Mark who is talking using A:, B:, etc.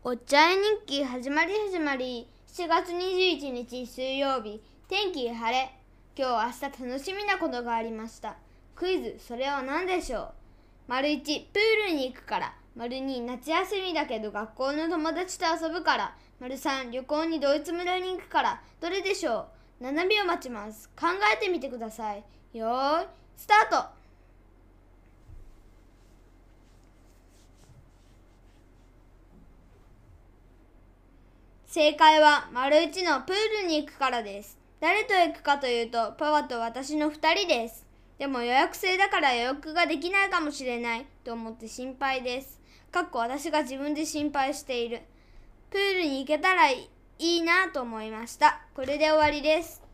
A: お茶絵日記始まり。7月21日水曜日。天気晴れ。今日明日楽しみなことがありました。クイズ、それは何でしょう。①プールに行くから。②夏休みだけど学校の友達と遊ぶから。③旅行にドイツ村に行くから。どれでしょう。7秒待ちます。考えてみてください。よーいスタート。正解は①のプールに行くからです。誰と行くかというと、パパと私の2人です。でも予約制だから予約ができないかもしれないと思って心配です。私が自分で心配している。プールに行けたらいいなと思いました。これで終わりです。